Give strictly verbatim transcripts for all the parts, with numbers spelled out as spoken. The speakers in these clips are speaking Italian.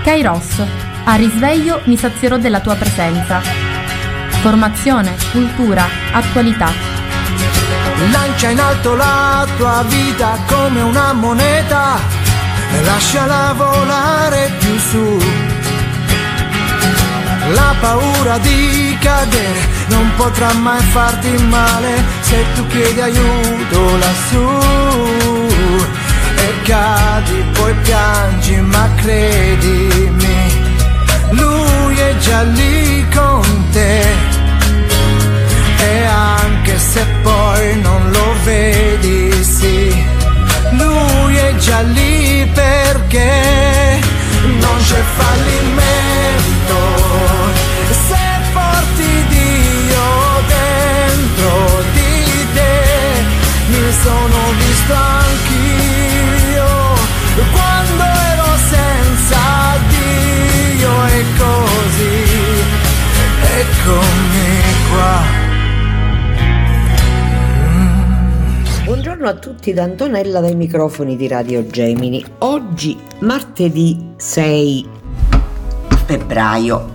Kairos, a risveglio mi sazierò della tua presenza. Formazione, cultura, attualità. Lancia in alto la tua vita come una moneta e lasciala volare più su. La paura di cadere non potrà mai farti male se tu chiedi aiuto lassù. E cadi, poi piangi, ma credimi, lui è già lì con te. E anche se poi non lo vedi, sì, lui è già lì perché non c'è fallimento se porti Dio dentro di te. Mi sono visto anch'io quando ero senza Dio, e così eccomi qua. Buongiorno a tutti da Antonella dai microfoni di Radio Gemini. Oggi martedì sei febbraio.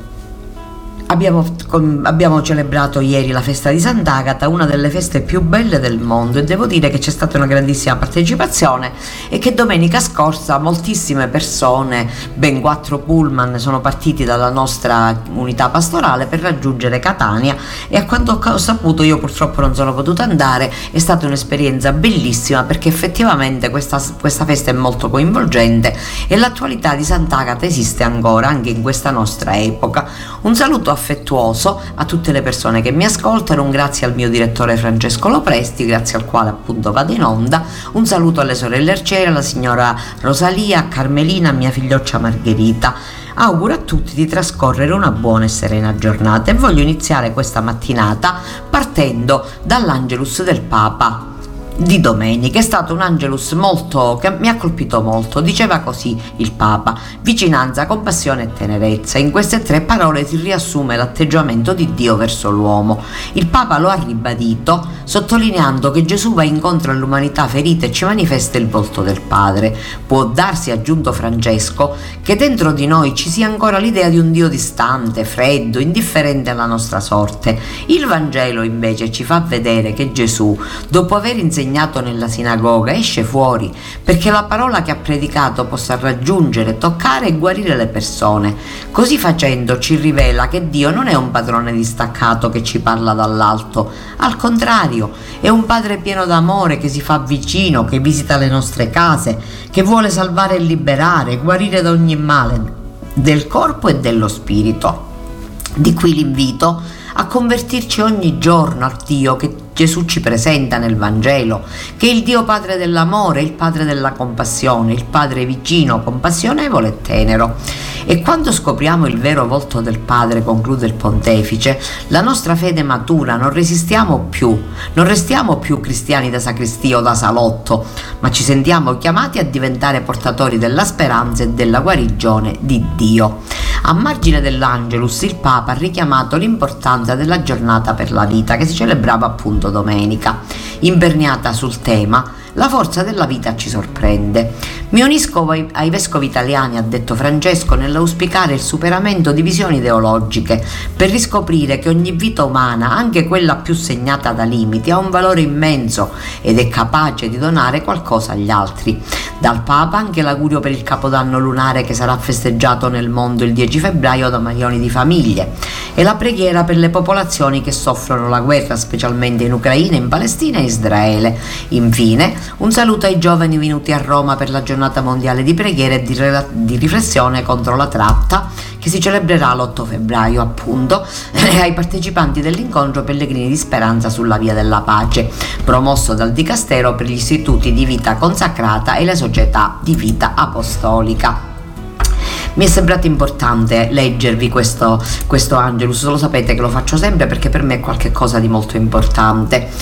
Abbiamo, abbiamo celebrato ieri la festa di Sant'Agata, una delle feste più belle del mondo, e devo dire che c'è stata una grandissima partecipazione e che domenica scorsa moltissime persone, ben quattro pullman, sono partiti dalla nostra unità pastorale per raggiungere Catania, e a quanto ho saputo, io purtroppo non sono potuta andare, è stata un'esperienza bellissima perché effettivamente questa, questa festa è molto coinvolgente e l'attualità di Sant'Agata esiste ancora anche in questa nostra epoca. Un saluto a affettuoso a tutte le persone che mi ascoltano, un grazie al mio direttore Francesco Lopresti, grazie al quale appunto vado in onda, un saluto alle sorelle Arciere, alla signora Rosalia, a Carmelina, a mia figlioccia Margherita. Auguro a tutti di trascorrere una buona e serena giornata e voglio iniziare questa mattinata partendo dall'Angelus del Papa di domenica. È stato un Angelus molto che mi ha colpito molto. Diceva così il Papa: vicinanza, compassione e tenerezza. In queste tre parole si riassume l'atteggiamento di Dio verso l'uomo. Il Papa lo ha ribadito sottolineando che Gesù va incontro all'umanità ferita e ci manifesta il volto del Padre. Può darsi, ha aggiunto Francesco, che dentro di noi ci sia ancora l'idea di un Dio distante, freddo, indifferente alla nostra sorte. Il Vangelo invece ci fa vedere che Gesù, dopo aver insegnato nella sinagoga, esce fuori perché la parola che ha predicato possa raggiungere, toccare e guarire le persone. Così facendo ci rivela che Dio non è un padrone distaccato che ci parla dall'alto, al contrario è un padre pieno d'amore che si fa vicino, che visita le nostre case, che vuole salvare e liberare, guarire da ogni male del corpo e dello spirito. Di qui l'invito a convertirci ogni giorno al Dio che Gesù ci presenta nel Vangelo, che è il Dio Padre dell'amore, il Padre della compassione, il Padre vicino, compassionevole e tenero. E quando scopriamo il vero volto del Padre, conclude il Pontefice, la nostra fede matura, non resistiamo più, non restiamo più cristiani da sacrestia o da salotto, ma ci sentiamo chiamati a diventare portatori della speranza e della guarigione di Dio. A margine dell'Angelus, il Papa ha richiamato l'importanza della giornata per la vita che si celebrava appunto domenica, imperniata sul tema "La forza della vita ci sorprende". Mi unisco ai, ai vescovi italiani, ha detto Francesco, nell'auspicare il superamento di visioni ideologiche per riscoprire che ogni vita umana, anche quella più segnata da limiti, ha un valore immenso ed è capace di donare qualcosa agli altri. Dal Papa anche l'augurio per il Capodanno lunare che sarà festeggiato nel mondo il dieci febbraio da milioni di famiglie, e la preghiera per le popolazioni che soffrono la guerra, specialmente in Ucraina, in Palestina e Israele. Infine un saluto ai giovani venuti a Roma per la giornata mondiale di preghiera e di, rela- di riflessione contro la tratta che si celebrerà l'otto febbraio appunto, e ai partecipanti dell'incontro Pellegrini di Speranza sulla via della pace, promosso dal Dicastero per gli istituti di vita consacrata e le società di vita apostolica. Mi è sembrato importante leggervi questo, questo Angelus, lo sapete che lo faccio sempre perché per me è qualcosa di molto importante.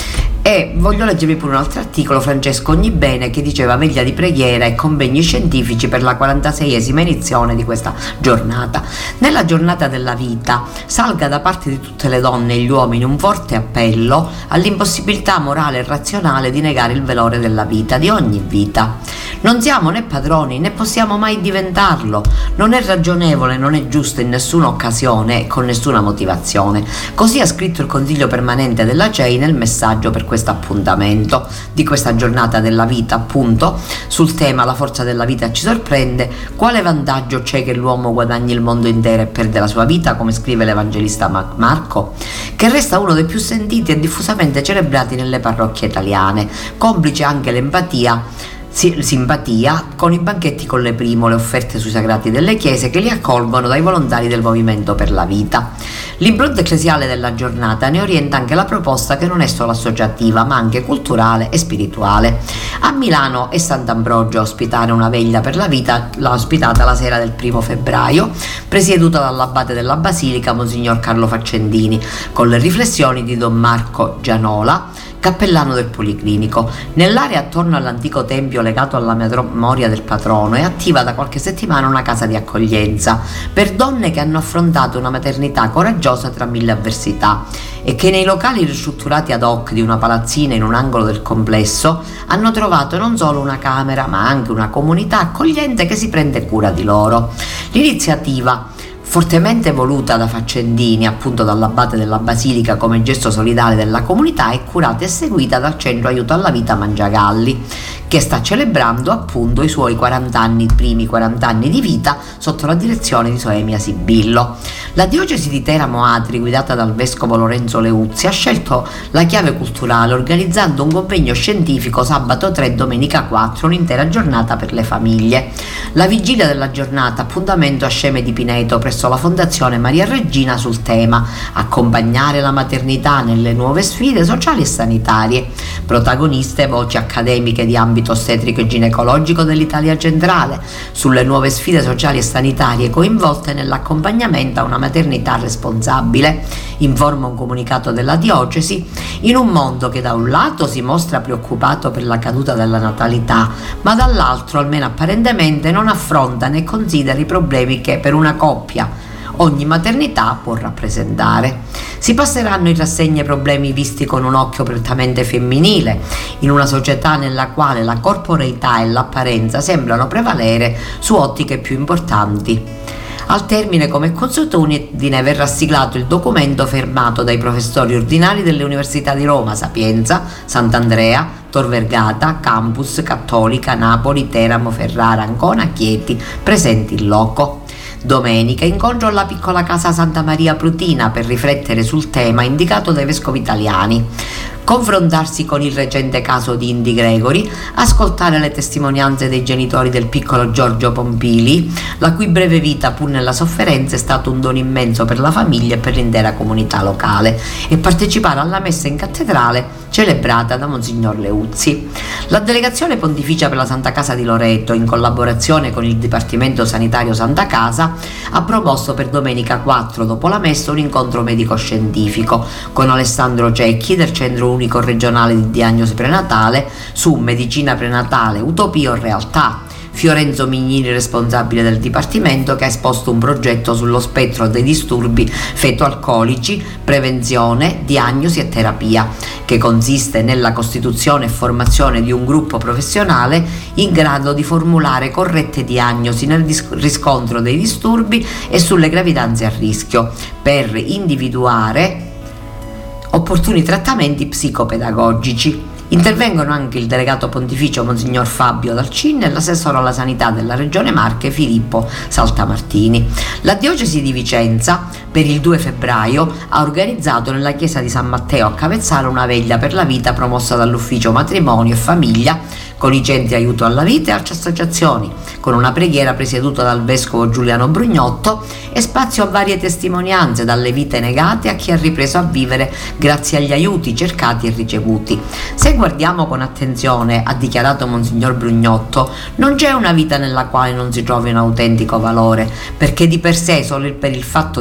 E voglio leggervi pure un altro articolo, Francesco Ognibene, che diceva veglia di preghiera e convegni scientifici per la quarantaseiesima edizione di questa giornata. Nella giornata della vita salga da parte di tutte le donne e gli uomini un forte appello all'impossibilità morale e razionale di negare il valore della vita, di ogni vita. Non siamo né padroni né possiamo mai diventarlo, non è ragionevole, non è giusto in nessuna occasione e con nessuna motivazione. Così ha scritto il Consiglio permanente della C E I nel messaggio per questo appuntamento di questa giornata della vita, appunto sul tema la forza della vita ci sorprende. Quale vantaggio c'è che l'uomo guadagni il mondo intero e perde la sua vita, come scrive l'evangelista Marco, che resta uno dei più sentiti e diffusamente celebrati nelle parrocchie italiane, complice anche l'empatia simpatia con i banchetti con le primole offerte sui sagrati delle chiese che li accolgono dai volontari del Movimento per la Vita. L'impronta ecclesiale della giornata ne orienta anche la proposta, che non è solo associativa ma anche culturale e spirituale. A Milano è Sant'Ambrogio a ospitare una veglia per la vita, l'ha ospitata la sera del primo febbraio, presieduta dall'abate della Basilica Monsignor Carlo Faccendini, con le riflessioni di Don Marco Gianola, cappellano del Policlinico. Nell'area attorno all'antico tempio legato alla memoria del patrono è attiva da qualche settimana una casa di accoglienza per donne che hanno affrontato una maternità coraggiosa tra mille avversità e che nei locali ristrutturati ad hoc di una palazzina in un angolo del complesso hanno trovato non solo una camera ma anche una comunità accogliente che si prende cura di loro. L'iniziativa, fortemente voluta da Faccendini, appunto dall'abate della Basilica come gesto solidale della comunità, è curata e seguita dal Centro Aiuto alla Vita Mangiagalli, che sta celebrando appunto i suoi quaranta anni, i primi quaranta anni di vita sotto la direzione di Soemia Sibillo. La diocesi di Teramo Atri, guidata dal vescovo Lorenzo Leuzzi, ha scelto la chiave culturale organizzando un convegno scientifico sabato tre e domenica quattro, un'intera giornata per le famiglie. La vigilia della giornata, appuntamento a Sceme di Pineto presso la Fondazione Maria Regina sul tema accompagnare la maternità nelle nuove sfide sociali e sanitarie. Protagoniste voci accademiche di ambito ostetrico e ginecologico dell'Italia centrale sulle nuove sfide sociali e sanitarie coinvolte nell'accompagnamento a una maternità responsabile, informa un comunicato della diocesi, in un mondo che da un lato si mostra preoccupato per la caduta della natalità, ma dall'altro, almeno apparentemente, non affronta né considera i problemi che per una coppia ogni maternità può rappresentare. Si passeranno in rassegna i problemi visti con un occhio prettamente femminile, in una società nella quale la corporeità e l'apparenza sembrano prevalere su ottiche più importanti. Al termine, come consuetudine, verrà siglato il documento firmato dai professori ordinari delle Università di Roma, Sapienza, Sant'Andrea, Tor Vergata, Campus, Cattolica, Napoli, Teramo, Ferrara, Ancona, Chieti, presenti in loco. Domenica incontro alla piccola casa Santa Maria Prutina per riflettere sul tema indicato dai vescovi italiani, confrontarsi con il recente caso di Indy Gregory, ascoltare le testimonianze dei genitori del piccolo Giorgio Pompili, la cui breve vita pur nella sofferenza è stato un dono immenso per la famiglia e per l'intera comunità locale, e partecipare alla messa in cattedrale celebrata da Monsignor Leuzzi. La delegazione pontificia per la Santa Casa di Loreto, in collaborazione con il Dipartimento Sanitario Santa Casa, ha promosso per domenica quattro dopo la messa un incontro medico-scientifico con Alessandro Cecchi del Centro Unico Regionale di Diagnosi Prenatale su medicina prenatale, utopia o realtà. Fiorenzo Mignini, responsabile del Dipartimento, che ha esposto un progetto sullo spettro dei disturbi feto-alcolici, prevenzione, diagnosi e terapia, che consiste nella costituzione e formazione di un gruppo professionale in grado di formulare corrette diagnosi nel riscontro dei disturbi e sulle gravidanze a rischio, per individuare opportuni trattamenti psicopedagogici. Intervengono anche il delegato pontificio Monsignor Fabio Dalcin e l'assessore alla sanità della Regione Marche Filippo Saltamartini. La diocesi di Vicenza per il due febbraio ha organizzato nella chiesa di San Matteo a Cavezzano una veglia per la vita promossa dall'ufficio matrimonio e famiglia con i centri aiuto alla vita e altre associazioni, con una preghiera presieduta dal vescovo Giuliano Brugnotto e spazio a varie testimonianze dalle vite negate a chi ha ripreso a vivere grazie agli aiuti cercati e ricevuti. Se guardiamo con attenzione, ha dichiarato Monsignor Brugnotto, non c'è una vita nella quale non si trovi un autentico valore, perché di per sé, solo per il fatto di esistere,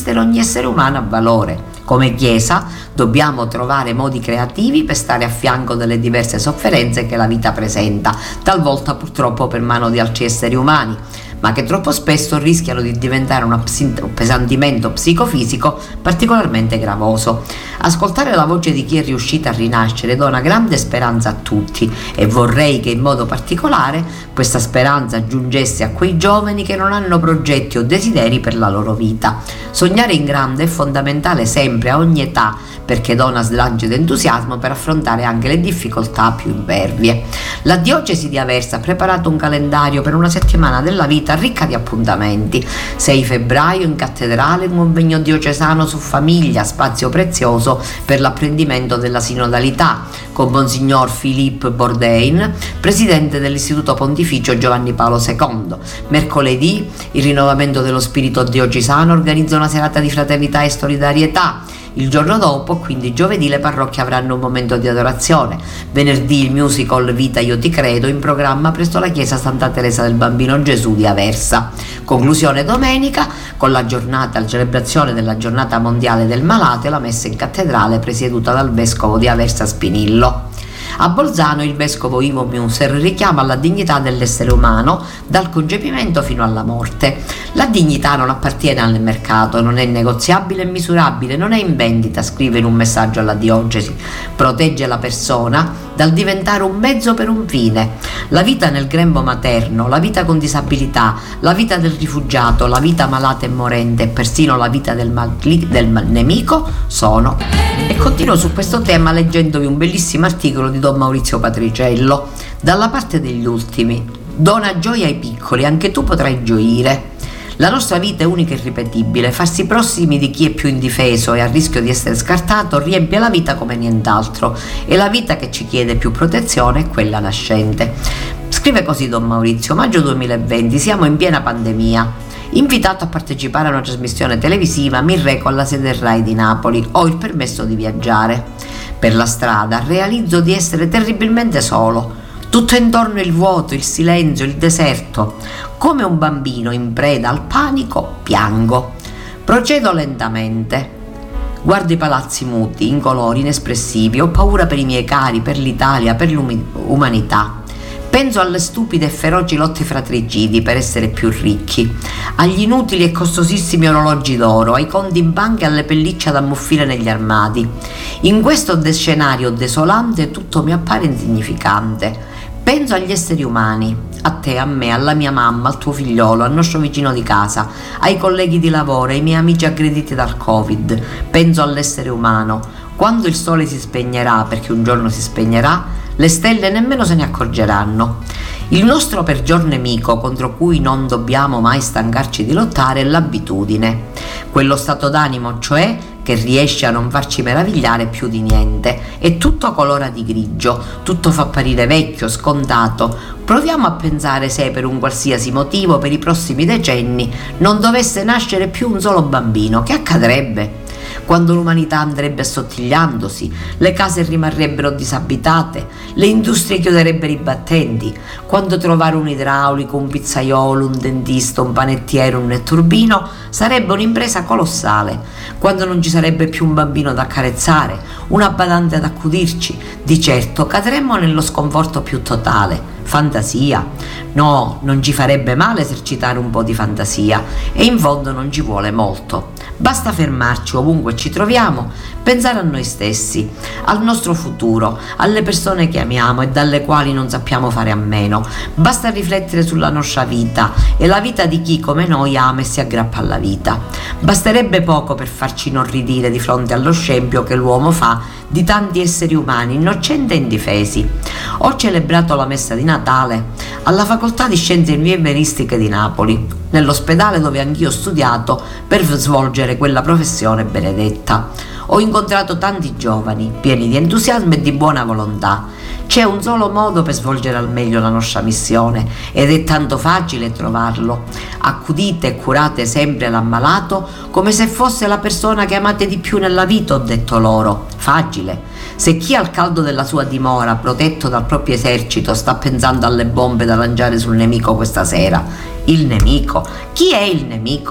assistere ogni essere umano a valore. Come Chiesa dobbiamo trovare modi creativi per stare a fianco delle diverse sofferenze che la vita presenta, talvolta purtroppo per mano di altri esseri umani, ma che troppo spesso rischiano di diventare un appesantimento psicofisico particolarmente gravoso. Ascoltare la voce di chi è riuscita a rinascere dona grande speranza a tutti, e vorrei che in modo particolare questa speranza giungesse a quei giovani che non hanno progetti o desideri per la loro vita. Sognare in grande è fondamentale sempre, a ogni età, perché dona slancio ed entusiasmo per affrontare anche le difficoltà più impervie. La diocesi di Aversa ha preparato un calendario per una settimana della vita ricca di appuntamenti. sei febbraio in cattedrale un convegno diocesano su famiglia, spazio prezioso per l'apprendimento della sinodalità, con Monsignor Philippe Bourdain, presidente dell'Istituto Pontificio Giovanni Paolo secondo. Mercoledì il rinnovamento dello spirito diocesano organizza una serata di fraternità e solidarietà. Il giorno dopo, quindi giovedì, le parrocchie avranno un momento di adorazione. Venerdì il musical Vita io ti credo, in programma presso la chiesa Santa Teresa del Bambino Gesù di Aversa. Conclusione domenica con la giornata, la celebrazione della giornata mondiale del malato e la messa in cattedrale presieduta dal vescovo di Aversa Spinillo. A Bolzano il vescovo Ivo Muser richiama la dignità dell'essere umano dal concepimento fino alla morte. La dignità non appartiene al mercato, non è negoziabile e misurabile, non è in vendita, scrive in un messaggio alla diocesi. Protegge la persona dal diventare un mezzo per un fine. La vita nel grembo materno, la vita con disabilità, la vita del rifugiato, la vita malata e morente e persino la vita del, mal- del nemico sono. E continuo su questo tema leggendovi un bellissimo articolo di Don Maurizio Patriciello. Dalla parte degli ultimi: dona gioia ai piccoli, anche tu potrai gioire. La nostra vita è unica e irripetibile, farsi prossimi di chi è più indifeso e a rischio di essere scartato riempie la vita come nient'altro, e la vita che ci chiede più protezione è quella nascente. Scrive così Don Maurizio: maggio duemilaventi, siamo in piena pandemia. Invitato a partecipare a una trasmissione televisiva, mi reco alla sede RAI di Napoli. Ho il permesso di viaggiare. Per la strada realizzo di essere terribilmente solo. Tutto intorno il vuoto, il silenzio, il deserto. Come un bambino in preda al panico, piango. Procedo lentamente. Guardo i palazzi muti, incolori, inespressivi. Ho paura per i miei cari, per l'Italia, per l'umanità. Penso alle stupide e feroci lotte fratricidi per essere più ricchi, agli inutili e costosissimi orologi d'oro, ai conti in banca e alle pellicce da ammuffire negli armadi. In questo de- scenario desolante tutto mi appare insignificante. Penso agli esseri umani, a te, a me, alla mia mamma, al tuo figliolo, al nostro vicino di casa, ai colleghi di lavoro, ai miei amici aggrediti dal Covid. Penso all'essere umano. Quando il sole si spegnerà, perché un giorno si spegnerà, le stelle nemmeno se ne accorgeranno. Il nostro peggior nemico, contro cui non dobbiamo mai stancarci di lottare, è l'abitudine. Quello stato d'animo, cioè, che riesce a non farci meravigliare più di niente. È tutto colora di grigio, tutto fa apparire vecchio, scontato. Proviamo a pensare se per un qualsiasi motivo per i prossimi decenni non dovesse nascere più un solo bambino, che accadrebbe? Quando l'umanità andrebbe assottigliandosi, le case rimarrebbero disabitate, le industrie chiuderebbero i battenti, quando trovare un idraulico, un pizzaiolo, un dentista, un panettiere, un netturbino sarebbe un'impresa colossale, quando non ci sarebbe più un bambino da accarezzare, una badante ad accudirci, di certo cadremmo nello sconforto più totale. Fantasia? No, non ci farebbe male esercitare un po' di fantasia, e in fondo non ci vuole molto. Basta fermarci ovunque ci troviamo, pensare a noi stessi, al nostro futuro, alle persone che amiamo e dalle quali non sappiamo fare a meno. Basta riflettere sulla nostra vita e la vita di chi come noi ama e si aggrappa alla vita. Basterebbe poco per farci inorridire di fronte allo scempio che l'uomo fa di tanti esseri umani innocenti e indifesi. Ho celebrato la messa di Natale alla Facoltà di Scienze Infermieristiche di Napoli, nell'ospedale dove anch'io ho studiato per svolgere quella professione benedetta. Ho incontrato tanti giovani, pieni di entusiasmo e di buona volontà. C'è un solo modo per svolgere al meglio la nostra missione, ed è tanto facile trovarlo. Accudite e curate sempre l'ammalato come se fosse la persona che amate di più nella vita, ho detto loro. Facile. Se chi al caldo della sua dimora, protetto dal proprio esercito, sta pensando alle bombe da lanciare sul nemico questa sera. Il nemico? Chi è il nemico?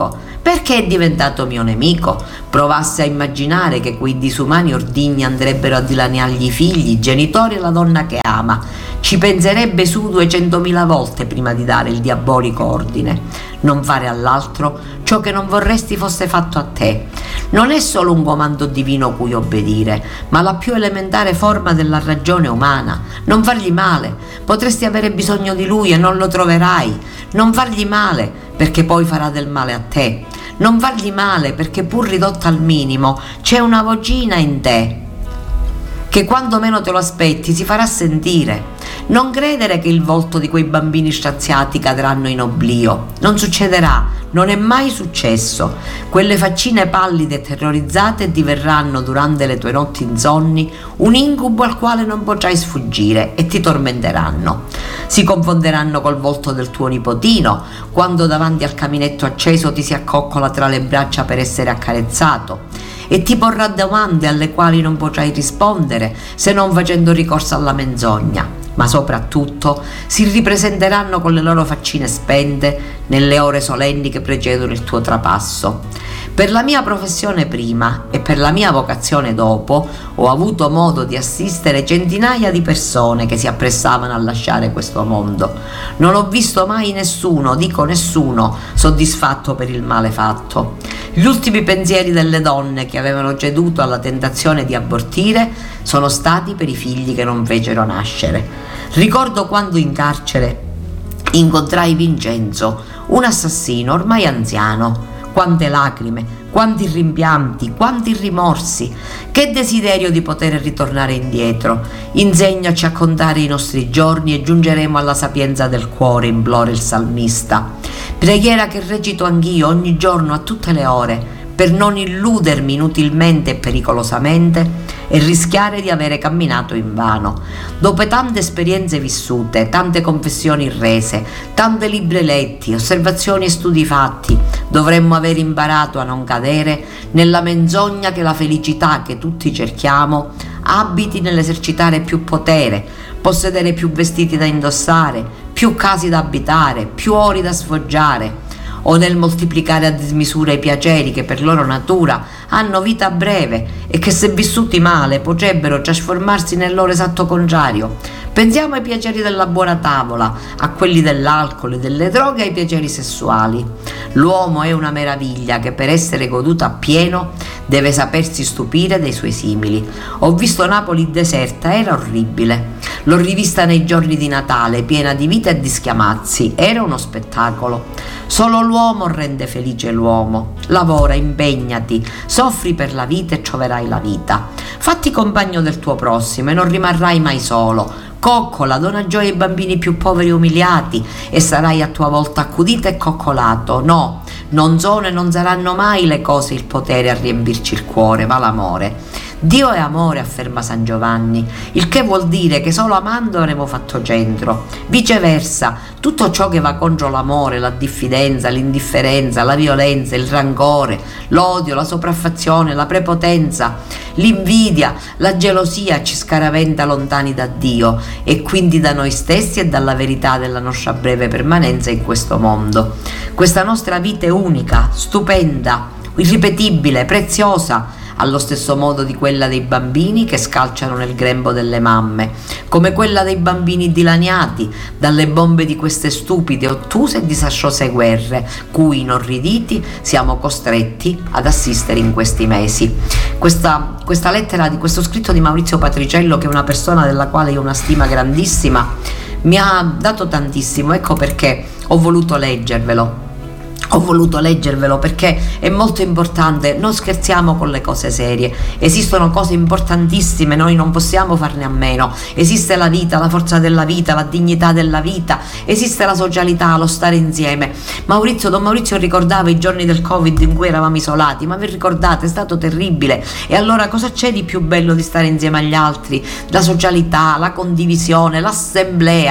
Perché è diventato mio nemico? Provasse a immaginare che quei disumani ordigni andrebbero a dilaniargli i figli, i genitori e la donna che ama. Ci penserebbe su duecentomila volte prima di dare il diabolico ordine. Non fare all'altro ciò che non vorresti fosse fatto a te. Non è solo un comando divino cui obbedire, ma la più elementare forma della ragione umana. Non fargli male, potresti avere bisogno di lui e non lo troverai. Non fargli male, perché poi farà del male a te. Non fargli male, perché pur ridotta al minimo c'è una vocina in te che quando meno te lo aspetti si farà sentire. Non credere che il volto di quei bambini straziati cadranno in oblio. Non succederà, non è mai successo. Quelle faccine pallide e terrorizzate diverranno durante le tue notti insonni un incubo al quale non potrai sfuggire e ti tormenteranno. Si confonderanno col volto del tuo nipotino quando davanti al caminetto acceso ti si accoccola tra le braccia per essere accarezzato e ti porrà domande alle quali non potrai rispondere se non facendo ricorso alla menzogna. Ma soprattutto si ripresenteranno con le loro faccine spente nelle ore solenni che precedono il tuo trapasso. Per la mia professione prima e per la mia vocazione dopo ho avuto modo di assistere centinaia di persone che si appressavano a lasciare questo mondo. Non ho visto mai nessuno, dico nessuno, soddisfatto per il male fatto. Gli ultimi pensieri delle donne che avevano ceduto alla tentazione di abortire sono stati per i figli che non fecero nascere. Ricordo quando in carcere incontrai Vincenzo, un assassino ormai anziano. Quante lacrime, quanti rimpianti, quanti rimorsi, che desiderio di poter ritornare indietro. Insegnaci a contare i nostri giorni e giungeremo alla sapienza del cuore, implora il salmista. Preghiera che recito anch'io ogni giorno a tutte le ore, per non illudermi inutilmente e pericolosamente e rischiare di avere camminato invano. Dopo tante esperienze vissute, tante confessioni rese, tante libri letti, osservazioni e studi fatti, dovremmo aver imparato a non cadere nella menzogna che la felicità che tutti cerchiamo abiti nell'esercitare più potere, possedere più vestiti da indossare, più case da abitare, più ori da sfoggiare, o nel moltiplicare a dismisura i piaceri che per loro natura hanno vita breve e che se vissuti male potrebbero trasformarsi nel loro esatto contrario. Pensiamo ai piaceri della buona tavola, a quelli dell'alcol e delle droghe e ai piaceri sessuali. L'uomo è una meraviglia che per essere goduta appieno deve sapersi stupire dei suoi simili. Ho visto Napoli deserta, era orribile. L'ho rivista nei giorni di Natale, piena di vita e di schiamazzi, era uno spettacolo. Solo l'uomo rende felice l'uomo. Lavora, impegnati, soffri per la vita e troverai la vita. Fatti compagno del tuo prossimo e non rimarrai mai solo. Coccola, dona gioia ai bambini più poveri e umiliati e sarai a tua volta accudito e coccolato. No, non sono e non saranno mai le cose il potere a riempirci il cuore, ma l'amore. Dio è amore, afferma San Giovanni, il che vuol dire che solo amando avremo fatto centro. Viceversa, tutto ciò che va contro l'amore, la diffidenza, l'indifferenza, la violenza, il rancore, l'odio, la sopraffazione, la prepotenza, l'invidia, la gelosia ci scaraventa lontani da Dio e quindi da noi stessi e dalla verità della nostra breve permanenza in questo mondo. Questa nostra vita è unica, stupenda, irripetibile, preziosa, allo stesso modo di quella dei bambini che scalciano nel grembo delle mamme, come quella dei bambini dilaniati dalle bombe di queste stupide, ottuse e disastrose guerre, cui inorriditi siamo costretti ad assistere in questi mesi. Questa, questa lettera, di questo scritto di Maurizio Patriciello, che è una persona della quale io ho una stima grandissima, mi ha dato tantissimo, ecco perché ho voluto leggervelo. Ho voluto leggervelo perché è molto importante, non scherziamo con le cose serie, esistono cose importantissime, noi non possiamo farne a meno, esiste la vita, la forza della vita, la dignità della vita, esiste la socialità, lo stare insieme. Maurizio, Don Maurizio ricordava i giorni del Covid in cui eravamo isolati, ma vi ricordate? È stato terribile. E allora cosa c'è di più bello di stare insieme agli altri? La socialità, la condivisione, l'assemblea,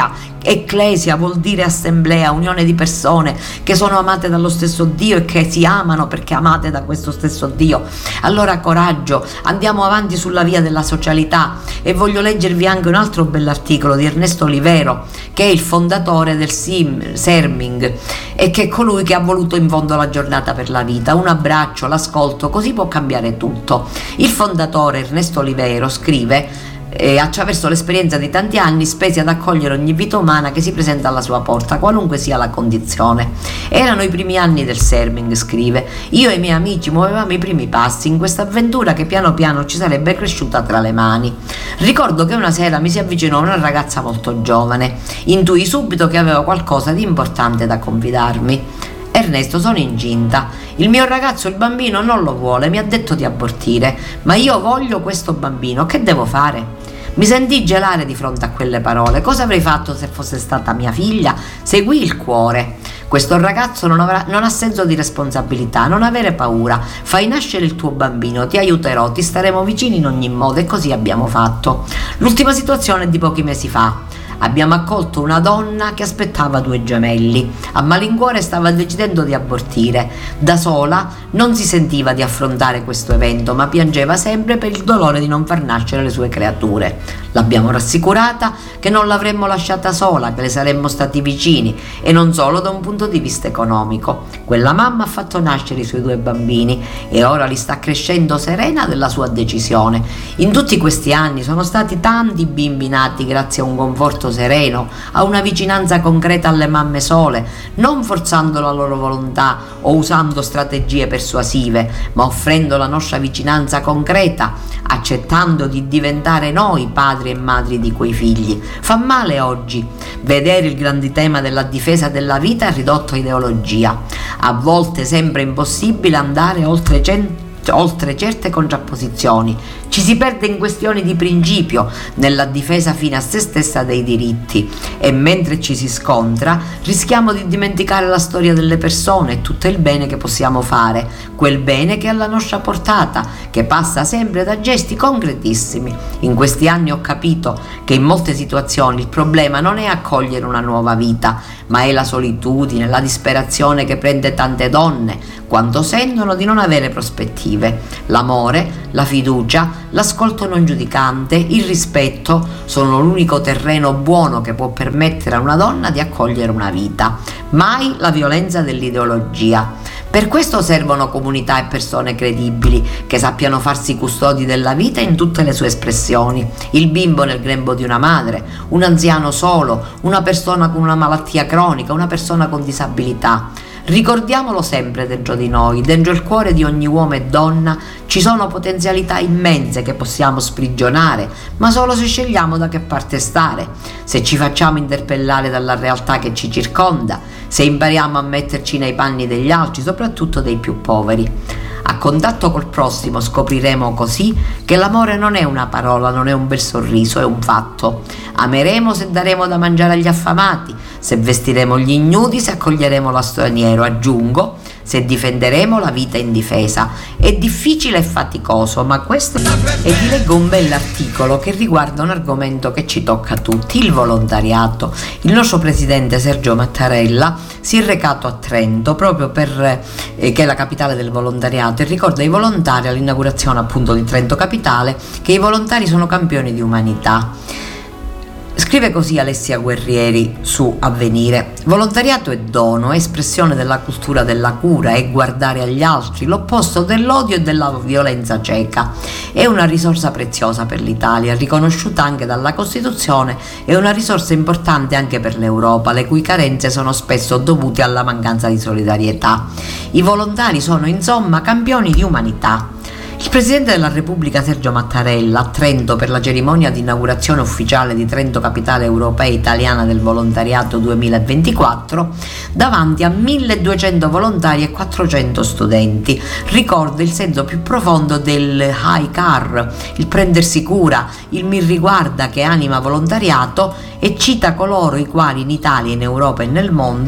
Ecclesia vuol dire assemblea, unione di persone che sono amate dallo stesso Dio e che si amano perché amate da questo stesso Dio. Allora coraggio, andiamo avanti sulla via della socialità. E voglio leggervi anche un altro bell'articolo di Ernesto Olivero, che è il fondatore del Sim, Serming, e che è colui che ha voluto in fondo la giornata per la vita. Un abbraccio, l'ascolto, così può cambiare tutto. Il fondatore Ernesto Olivero scrive: E attraverso l'esperienza di tanti anni spesi ad accogliere ogni vita umana che si presenta alla sua porta, qualunque sia la condizione. Erano i primi anni del Serming, scrive. Io e i miei amici muovevamo i primi passi in questa avventura che piano piano ci sarebbe cresciuta tra le mani. Ricordo che una sera mi si avvicinò una ragazza molto giovane. Intuì subito che aveva qualcosa di importante da confidarmi. Ernesto, sono incinta. Il mio ragazzo, il bambino, non lo vuole, mi ha detto di abortire, ma io voglio questo bambino, che devo fare? Mi sentii gelare di fronte a quelle parole. Cosa avrei fatto se fosse stata mia figlia? Seguì il cuore. Questo ragazzo non, avrà, non ha senso di responsabilità, non avere paura, fai nascere il tuo bambino, ti aiuterò, ti staremo vicini in ogni modo, e così abbiamo fatto. L'ultima situazione è di pochi mesi fa. Abbiamo accolto una donna che aspettava due gemelli. A malincuore stava decidendo di abortire. Da sola non si sentiva di affrontare questo evento, ma piangeva sempre per il dolore di non far nascere le sue creature. L'abbiamo rassicurata che non l'avremmo lasciata sola, che le saremmo stati vicini, e non solo da un punto di vista economico. Quella mamma ha fatto nascere i suoi due bambini e ora li sta crescendo serena della sua decisione. In tutti questi anni sono stati tanti bimbi nati grazie a un conforto sereno, a una vicinanza concreta alle mamme sole, non forzando la loro volontà o usando strategie persuasive, ma offrendo la nostra vicinanza concreta, accettando di diventare noi padri e madri di quei figli. Fa male oggi vedere il grande tema della difesa della vita ridotto a ideologia. A volte sembra impossibile andare oltre cento oltre certe contrapposizioni, ci si perde in questioni di principio nella difesa fine a se stessa dei diritti, e mentre ci si scontra rischiamo di dimenticare la storia delle persone e tutto il bene che possiamo fare, quel bene che è alla nostra portata, che passa sempre da gesti concretissimi. In questi anni ho capito che in molte situazioni il problema non è accogliere una nuova vita, ma è la solitudine, la disperazione che prende tante donne quando sentono di non avere prospettive. L'amore, la fiducia, l'ascolto non giudicante, il rispetto sono l'unico terreno buono che può permettere a una donna di accogliere una vita. Mai la violenza dell'ideologia. Per questo servono comunità e persone credibili che sappiano farsi custodi della vita in tutte le sue espressioni. Il bimbo nel grembo di una madre, un anziano solo, una persona con una malattia cronica, una persona con disabilità. Ricordiamolo sempre dentro di noi, dentro il cuore di ogni uomo e donna ci sono potenzialità immense che possiamo sprigionare, ma solo se scegliamo da che parte stare, se ci facciamo interpellare dalla realtà che ci circonda, se impariamo a metterci nei panni degli altri, soprattutto dei più poveri. A contatto col prossimo scopriremo così che l'amore non è una parola, non è un bel sorriso, è un fatto. Ameremo se daremo da mangiare agli affamati, se vestiremo gli ignudi, se accoglieremo lo straniero, aggiungo, se difenderemo la vita indifesa. È difficile e faticoso, ma questo... E vi leggo un bell'articolo che riguarda un argomento che ci tocca a tutti, il volontariato. Il nostro presidente Sergio Mattarella si è recato a Trento proprio per eh, che è la capitale del volontariato, e ricorda ai volontari all'inaugurazione appunto di Trento Capitale che i volontari sono campioni di umanità. Scrive così Alessia Guerrieri su Avvenire: volontariato è dono, è espressione della cultura della cura, è guardare agli altri, l'opposto dell'odio e della violenza cieca. È una risorsa preziosa per l'Italia, riconosciuta anche dalla Costituzione, è una risorsa importante anche per l'Europa, le cui carenze sono spesso dovute alla mancanza di solidarietà. I volontari sono insomma campioni di umanità. Il Presidente della Repubblica Sergio Mattarella a Trento per la cerimonia di inaugurazione ufficiale di Trento Capitale Europea Italiana del Volontariato duemilaventiquattro davanti a milleduecento volontari e quattrocento studenti ricorda il senso più profondo del high care, il prendersi cura, il mi riguarda che anima volontariato, e cita coloro i quali in Italia, in Europa e nel mondo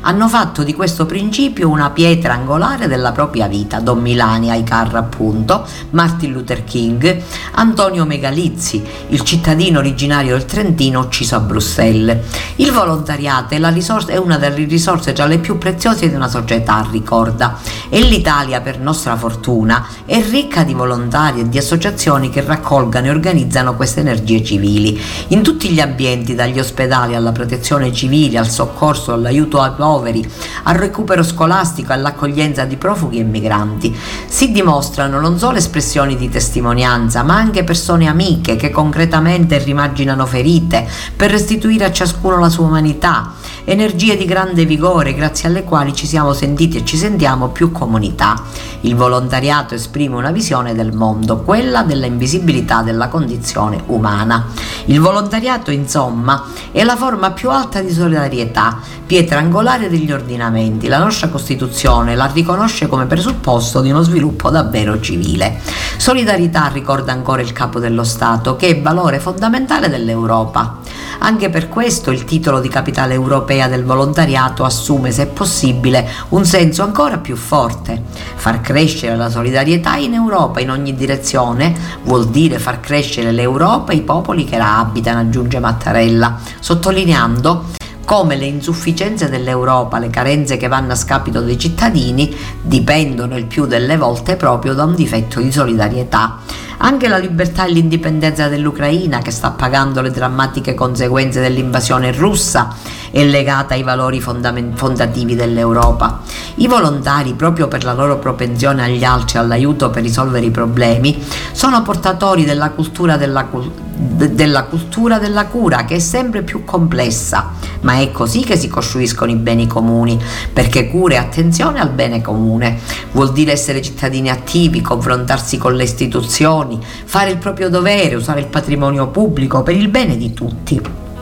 hanno fatto di questo principio una pietra angolare della propria vita. Don Milani Aicar, appunto, Martin Luther King, Antonio Megalizzi, il cittadino originario del Trentino ucciso a Bruxelles. Il volontariato è, la risorsa, è una delle risorse tra le più preziose di una società, ricorda, e l'Italia, per nostra fortuna, è ricca di volontari e di associazioni che raccolgano e organizzano queste energie civili in tutti gli ambienti, dagli ospedali alla protezione civile, al soccorso, all'aiuto ai poveri, al recupero scolastico, all'accoglienza di profughi e migranti. Si dimostrano non solo espressioni di testimonianza, ma anche persone amiche che concretamente rimarginano ferite per restituire a ciascuno la sua umanità, energie di grande vigore grazie alle quali ci siamo sentiti e ci sentiamo più comunità. Il volontariato esprime una visione del mondo, quella della invisibilità della condizione umana. Il volontariato, insomma, è la forma più alta di solidarietà, pietra angolare degli ordinamenti. La nostra Costituzione la riconosce come presupposto di uno sviluppo davvero civile. Solidarietà, ricorda ancora il Capo dello Stato, che è valore fondamentale dell'Europa. Anche per questo il titolo di capitale europea del volontariato assume, se possibile, un senso ancora più forte. Far crescere la solidarietà in Europa in ogni direzione vuol dire far crescere l'Europa e i popoli che la abitano, aggiunge Mattarella, sottolineando come le insufficienze dell'Europa, le carenze che vanno a scapito dei cittadini, dipendono il più delle volte proprio da un difetto di solidarietà. Anche la libertà e l'indipendenza dell'Ucraina, che sta pagando le drammatiche conseguenze dell'invasione russa, è legata ai valori fondament- fondativi dell'Europa. I volontari, proprio per la loro propensione agli altri e all'aiuto per risolvere i problemi, sono portatori della cultura della, de- della cultura della cura, che è sempre più complessa, ma è così che si costruiscono i beni comuni, perché cura e attenzione al bene comune vuol dire essere cittadini attivi, confrontarsi con le istituzioni, fare il proprio dovere, usare il patrimonio pubblico per il bene di tutti.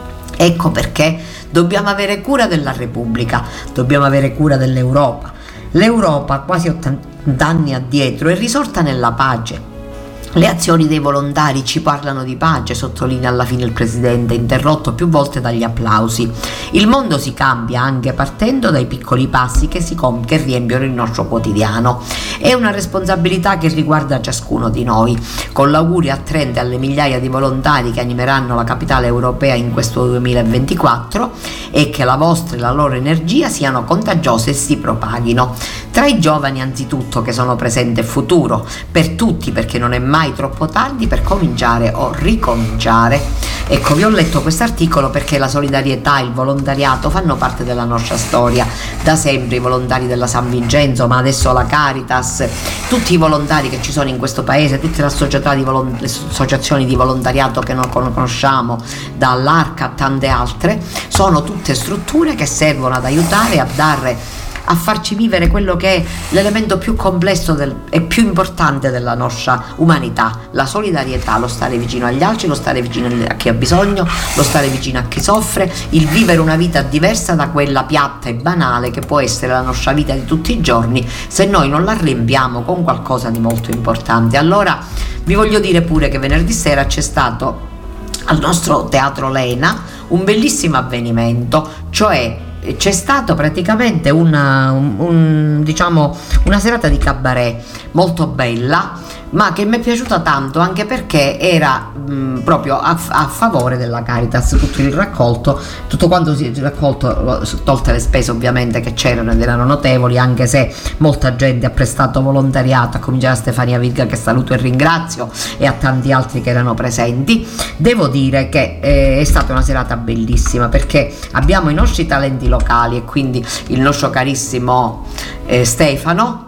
Ecco perché dobbiamo avere cura della Repubblica, dobbiamo avere cura dell'Europa. L'Europa, quasi ottanta anni addietro, è risorta nella pace. Le azioni dei volontari ci parlano di pace, sottolinea alla fine il Presidente, interrotto più volte dagli applausi. Il mondo si cambia anche partendo dai piccoli passi che, si com- che riempiono il nostro quotidiano. È una responsabilità che riguarda ciascuno di noi. Con l'augurio a Trento e alle migliaia di volontari che animeranno la capitale europea in questo duemilaventiquattro, e che la vostra e la loro energia siano contagiose e si propaghino. Tra i giovani anzitutto, che sono presente e futuro, per tutti, perché non è mai troppo tardi per cominciare o ricominciare. Ecco, vi ho letto questo articolo perché la solidarietà e il volontariato fanno parte della nostra storia. Da sempre i volontari della San Vincenzo, ma adesso la Caritas, tutti i volontari che ci sono in questo paese, tutte le, società di volo- le associazioni di volontariato che non conosciamo, dall'Arca a tante altre, sono tutte strutture che servono ad aiutare a dare a farci vivere quello che è l'elemento più complesso del, e più importante della nostra umanità, la solidarietà, lo stare vicino agli altri, lo stare vicino a chi ha bisogno, lo stare vicino a chi soffre, il vivere una vita diversa da quella piatta e banale che può essere la nostra vita di tutti i giorni, se noi non la riempiamo con qualcosa di molto importante. Allora vi voglio dire pure che venerdì sera c'è stato al nostro Teatro Lena un bellissimo avvenimento, cioè c'è stato praticamente una, un, un, diciamo, una serata di cabaret molto bella, ma che mi è piaciuta tanto anche perché era mh, proprio a, a favore della Caritas, tutto il raccolto, tutto quanto si è raccolto, tolte le spese ovviamente che c'erano ed erano notevoli, anche se molta gente ha prestato volontariato, a cominciare da Stefania Virga, che saluto e ringrazio, e a tanti altri che erano presenti. Devo dire che eh, è stata una serata bellissima, perché abbiamo i nostri talenti locali e quindi il nostro carissimo eh, Stefano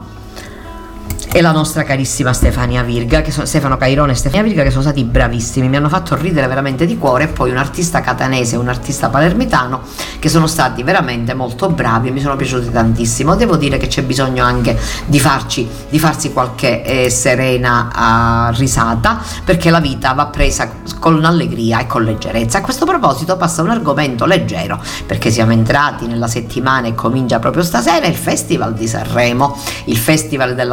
e la nostra carissima Stefania Virga, che sono Stefano Cairone e Stefania Virga, che sono stati bravissimi, mi hanno fatto ridere veramente di cuore, e poi un artista catanese e un artista palermitano che sono stati veramente molto bravi e mi sono piaciuti tantissimo. Devo dire che c'è bisogno anche di farci di farsi qualche eh, serena uh, risata, perché la vita va presa con allegria e con leggerezza. A questo proposito passa un argomento leggero, perché siamo entrati nella settimana e comincia proprio stasera il Festival di Sanremo, il Festival della canzone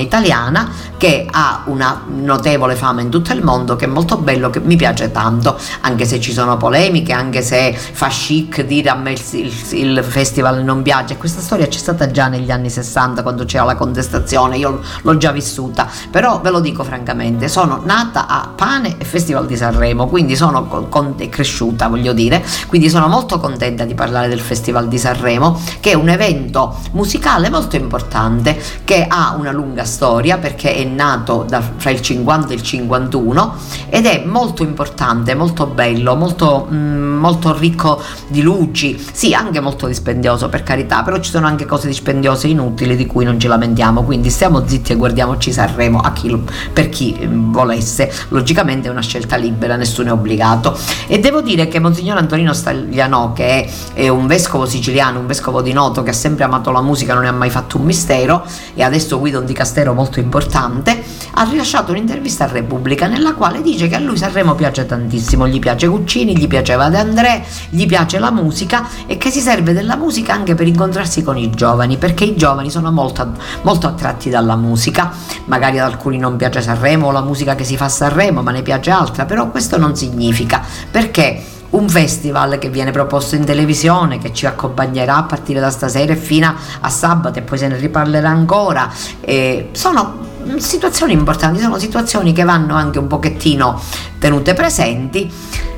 canzone italiana che ha una notevole fama in tutto il mondo, che è molto bello, che mi piace tanto, anche se ci sono polemiche, anche se fa chic dire a me il, il, il festival non piace. Questa storia c'è stata già negli anni sessanta, quando c'era la contestazione, io l'ho già vissuta, però ve lo dico francamente, sono nata a pane e Festival di Sanremo, quindi sono con, con, cresciuta, voglio dire, quindi sono molto contenta di parlare del Festival di Sanremo, che è un evento musicale molto importante, che ha una lunga storia perché è nato da, fra il cinquanta e il cinquantuno, ed è molto importante, molto bello, molto, mm, molto ricco di luci, sì, anche molto dispendioso, per carità, però ci sono anche cose dispendiose e inutili di cui non ci lamentiamo, quindi stiamo zitti e guardiamoci Sanremo a chi, per chi volesse. Logicamente è una scelta libera, nessuno è obbligato. E devo dire che Monsignor Antonino Staglianò, che è, è un vescovo siciliano, un vescovo di Noto, che ha sempre amato la musica, non ne ha mai fatto un mistero, e adesso guida un dicastero molto importante, ha rilasciato un'intervista a Repubblica nella quale dice che a lui Sanremo piace tantissimo, gli piace Guccini, gli piaceva De André, gli piace la musica, e che si serve della musica anche per incontrarsi con i giovani, perché i giovani sono molto, molto attratti dalla musica. Magari ad alcuni non piace Sanremo o la musica che si fa a Sanremo, ma ne piace altra, però questo non significa, perché un festival che viene proposto in televisione, che ci accompagnerà a partire da stasera e fino a sabato, e poi se ne riparlerà ancora, eh, sono situazioni importanti, sono situazioni che vanno anche un pochettino tenute presenti.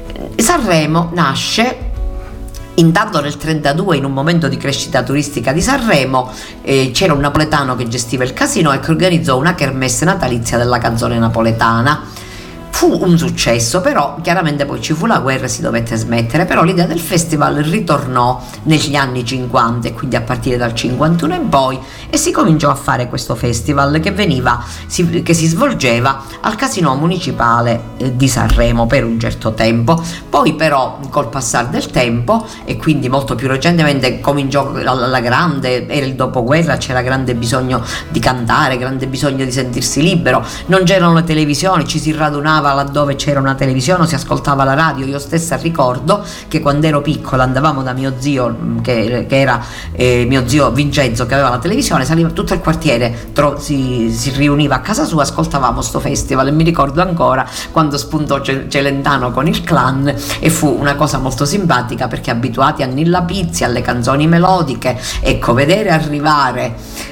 Sanremo nasce intanto nel trentadue, in un momento di crescita turistica di Sanremo, eh, c'era un napoletano che gestiva il casino e che organizzò una kermesse natalizia della canzone napoletana. Fu un successo, però chiaramente poi ci fu la guerra e si dovette smettere, però l'idea del festival ritornò negli anni cinquanta, e quindi a partire dal cinquantuno in poi, e si cominciò a fare questo festival che veniva si, che si svolgeva al Casinò Municipale eh, di Sanremo per un certo tempo. Poi però col passare del tempo, e quindi molto più recentemente, cominciò alla grande, era il dopoguerra, c'era grande bisogno di cantare, grande bisogno di sentirsi libero, non c'erano le televisioni, ci si radunava laddove c'era una televisione o si ascoltava la radio. Io stessa ricordo che quando ero piccola andavamo da mio zio, che, che era eh, mio zio Vincenzo, che aveva la televisione, saliva tutto il quartiere, tro- si, si riuniva a casa sua, ascoltavamo sto festival, e mi ricordo ancora quando spuntò Celentano con il Clan, e fu una cosa molto simpatica, perché abituati a Nilla Pizzi, alle canzoni melodiche, ecco, vedere arrivare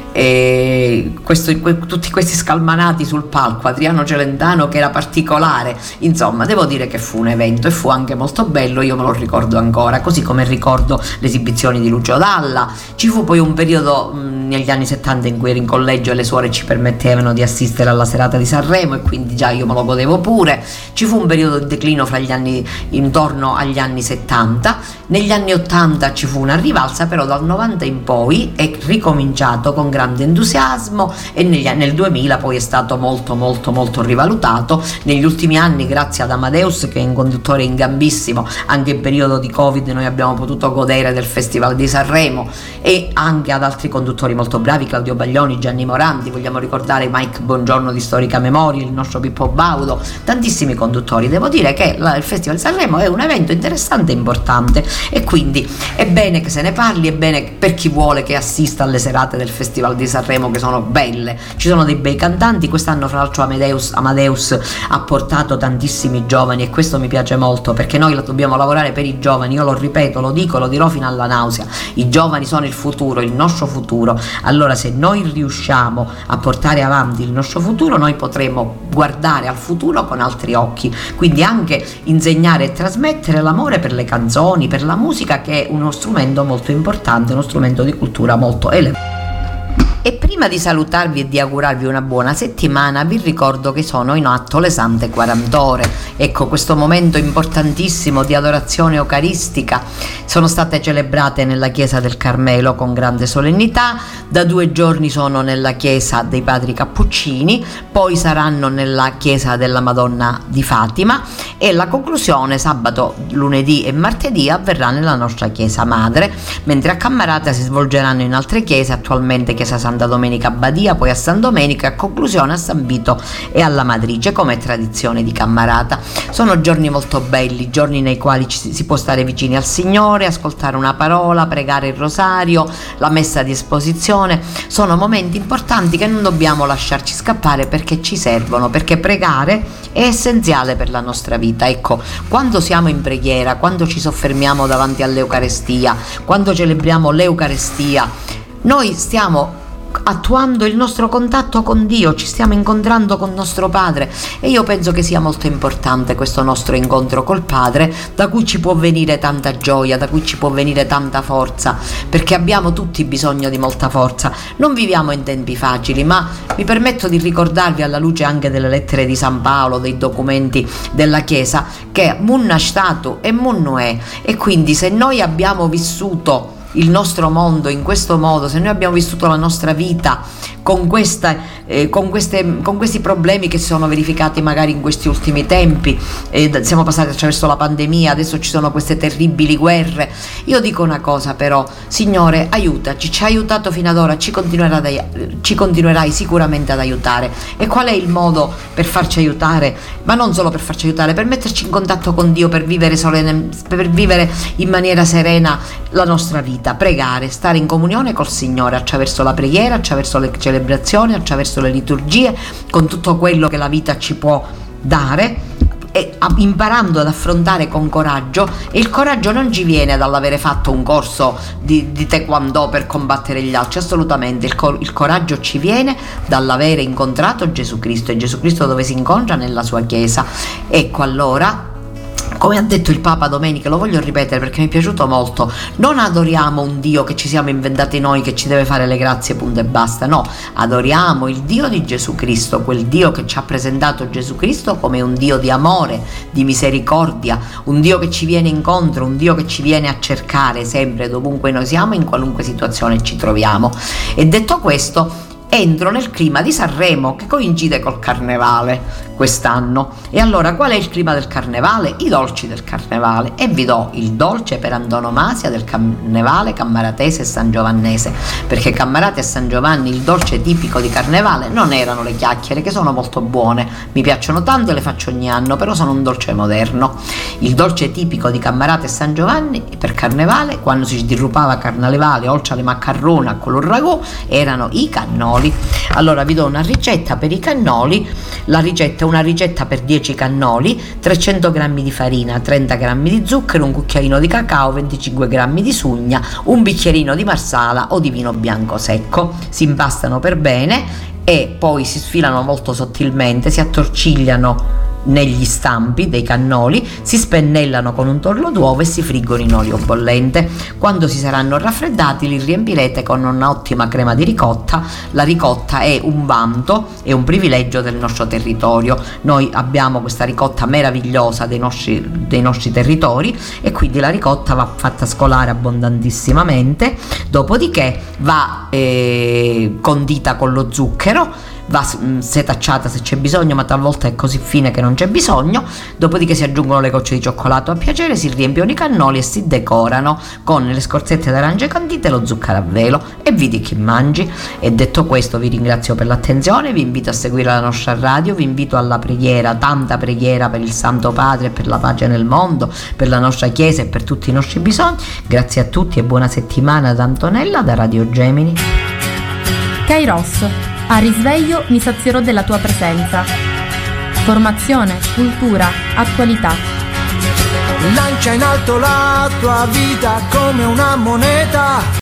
e questo, que, tutti questi scalmanati sul palco, Adriano Celentano che era particolare, insomma devo dire che fu un evento e fu anche molto bello, io me lo ricordo ancora, così come ricordo le esibizioni di Lucio Dalla. Ci fu poi un periodo mh, negli anni settanta in cui ero in collegio e le suore ci permettevano di assistere alla serata di Sanremo, e quindi già io me lo godevo pure. Ci fu un periodo di declino fra gli anni, intorno agli anni settanta. Negli anni ottanta ci fu una rivalsa, però dal novanta in poi è ricominciato con grande entusiasmo, e negli, nel duemila poi è stato molto molto molto rivalutato. Negli ultimi anni, grazie ad Amadeus, che è un conduttore in gambissimo, anche in periodo di Covid noi abbiamo potuto godere del Festival di Sanremo, e anche ad altri conduttori molto bravi, Claudio Baglioni, Gianni Morandi, vogliamo ricordare Mike Bongiorno di Storica Memoria, il nostro Pippo Baudo, tantissimi conduttori. Devo dire che la, il Festival di Sanremo è un evento interessante e importante, e quindi è bene che se ne parli, è bene per chi vuole che assista alle serate del Festival di Sanremo, che sono belle, ci sono dei bei cantanti. Quest'anno fra l'altro Amadeus, Amadeus ha portato tantissimi giovani, e questo mi piace molto, perché noi dobbiamo lavorare per i giovani. Io lo ripeto, lo dico, lo dirò fino alla nausea: i giovani sono il futuro, il nostro futuro. Allora se noi riusciamo a portare avanti il nostro futuro, noi potremo guardare al futuro con altri occhi, quindi anche insegnare e trasmettere l'amore per le canzoni, per la musica, che è uno strumento molto importante, uno strumento di cultura molto elevato. E prima di salutarvi e di augurarvi una buona settimana, vi ricordo che sono in atto le Sante quaranta ore. Ecco, questo momento importantissimo di adorazione eucaristica sono state celebrate nella chiesa del Carmelo con grande solennità. Da due giorni sono nella chiesa dei Padri Cappuccini, poi saranno nella chiesa della Madonna di Fatima, e la conclusione sabato, lunedì e martedì avverrà nella nostra chiesa madre, mentre a Cammarata si svolgeranno in altre chiese, attualmente chiesa Santa Domenica domenica a Badia, poi a San Domenico e a conclusione a San Vito e alla Matrice, come è tradizione di Cammarata. Sono giorni molto belli, giorni nei quali ci, si può stare vicini al Signore, ascoltare una parola, pregare il rosario, la messa di esposizione. Sono momenti importanti che non dobbiamo lasciarci scappare, perché ci servono, perché pregare è essenziale per la nostra vita. Ecco, quando siamo in preghiera, quando ci soffermiamo davanti all'Eucarestia, quando celebriamo l'Eucarestia, noi stiamo attuando il nostro contatto con Dio, ci stiamo incontrando con nostro Padre, e io penso che sia molto importante questo nostro incontro col Padre, da cui ci può venire tanta gioia, da cui ci può venire tanta forza, perché abbiamo tutti bisogno di molta forza. Non viviamo in tempi facili, ma mi permetto di ricordarvi, alla luce anche delle lettere di San Paolo, dei documenti della Chiesa, che munna statu e munnu è, e quindi se noi abbiamo vissuto il nostro mondo in questo modo, se noi abbiamo vissuto la nostra vita con, questa, eh, con, queste, con questi problemi che si sono verificati magari in questi ultimi tempi, eh, siamo passati attraverso la pandemia, adesso ci sono queste terribili guerre, io dico una cosa però: Signore, aiutaci, ci hai aiutato fino ad ora, ci continuerai, ci continuerai sicuramente ad aiutare. E qual è il modo per farci aiutare? Ma non solo per farci aiutare, per metterci in contatto con Dio, per vivere, solenne, per vivere in maniera serena la nostra vita. Pregare, stare in comunione col Signore attraverso la preghiera, attraverso le celebrazioni, attraverso le liturgie, con tutto quello che la vita ci può dare, e imparando ad affrontare con coraggio. E il coraggio non ci viene dall'avere fatto un corso di, di taekwondo per combattere gli altri, assolutamente. Il, cor- il coraggio ci viene dall'avere incontrato Gesù Cristo, e Gesù Cristo dove si incontra? Nella sua Chiesa. Ecco, allora, come ha detto il Papa domenica, lo voglio ripetere perché mi è piaciuto molto: non adoriamo un Dio che ci siamo inventati noi, che ci deve fare le grazie punto e basta, no, adoriamo il Dio di Gesù Cristo, quel Dio che ci ha presentato Gesù Cristo come un Dio di amore, di misericordia, un Dio che ci viene incontro, un Dio che ci viene a cercare sempre, dovunque noi siamo, in qualunque situazione ci troviamo. E detto questo, entro nel clima di Sanremo, che coincide col Carnevale quest'anno. E allora, qual è il clima del Carnevale? I dolci del Carnevale. E vi do il dolce per antonomasia del Carnevale cammaratese e sangiovannese, perché Cammarate e San Giovanni, il dolce tipico di Carnevale, non erano le chiacchiere, che sono molto buone, mi piacciono tanto e le faccio ogni anno, però sono un dolce moderno. Il dolce tipico di Cammarate e San Giovanni per Carnevale, quando si sdirupava Carnevale, oltre alle maccarrone con il ragù, erano i cannoli. Allora vi do una ricetta per i cannoli. La ricetta è una ricetta per dieci cannoli: trecento grammi di farina, trenta grammi di zucchero, un cucchiaino di cacao, venticinque grammi di sugna, un bicchierino di marsala o di vino bianco secco. Si impastano per bene e poi si sfilano molto sottilmente, si attorcigliano negli stampi dei cannoli, si spennellano con un torlo d'uovo e si friggono in olio bollente. Quando si saranno raffreddati li riempirete con un'ottima crema di ricotta. La ricotta è un vanto, è un privilegio del nostro territorio. Noi abbiamo questa ricotta meravigliosa dei nostri, dei nostri territori, e quindi la ricotta va fatta scolare abbondantissimamente, dopodiché va eh, condita con lo zucchero, va setacciata se c'è bisogno, ma talvolta è così fine che non c'è bisogno. Dopodiché si aggiungono le gocce di cioccolato a piacere, si riempiono i cannoli e si decorano con le scorzette d'arancia candite e lo zucchero a velo, e vedi chi mangi. E detto questo, vi ringrazio per l'attenzione, vi invito a seguire la nostra radio, vi invito alla preghiera, tanta preghiera per il Santo Padre, per la pace nel mondo, per la nostra Chiesa e per tutti i nostri bisogni. Grazie a tutti e buona settimana da Antonella, da Radio Gemini. Kairos. A risveglio mi sazierò della tua presenza. Formazione, cultura, attualità. Lancia in alto la tua vita come una moneta.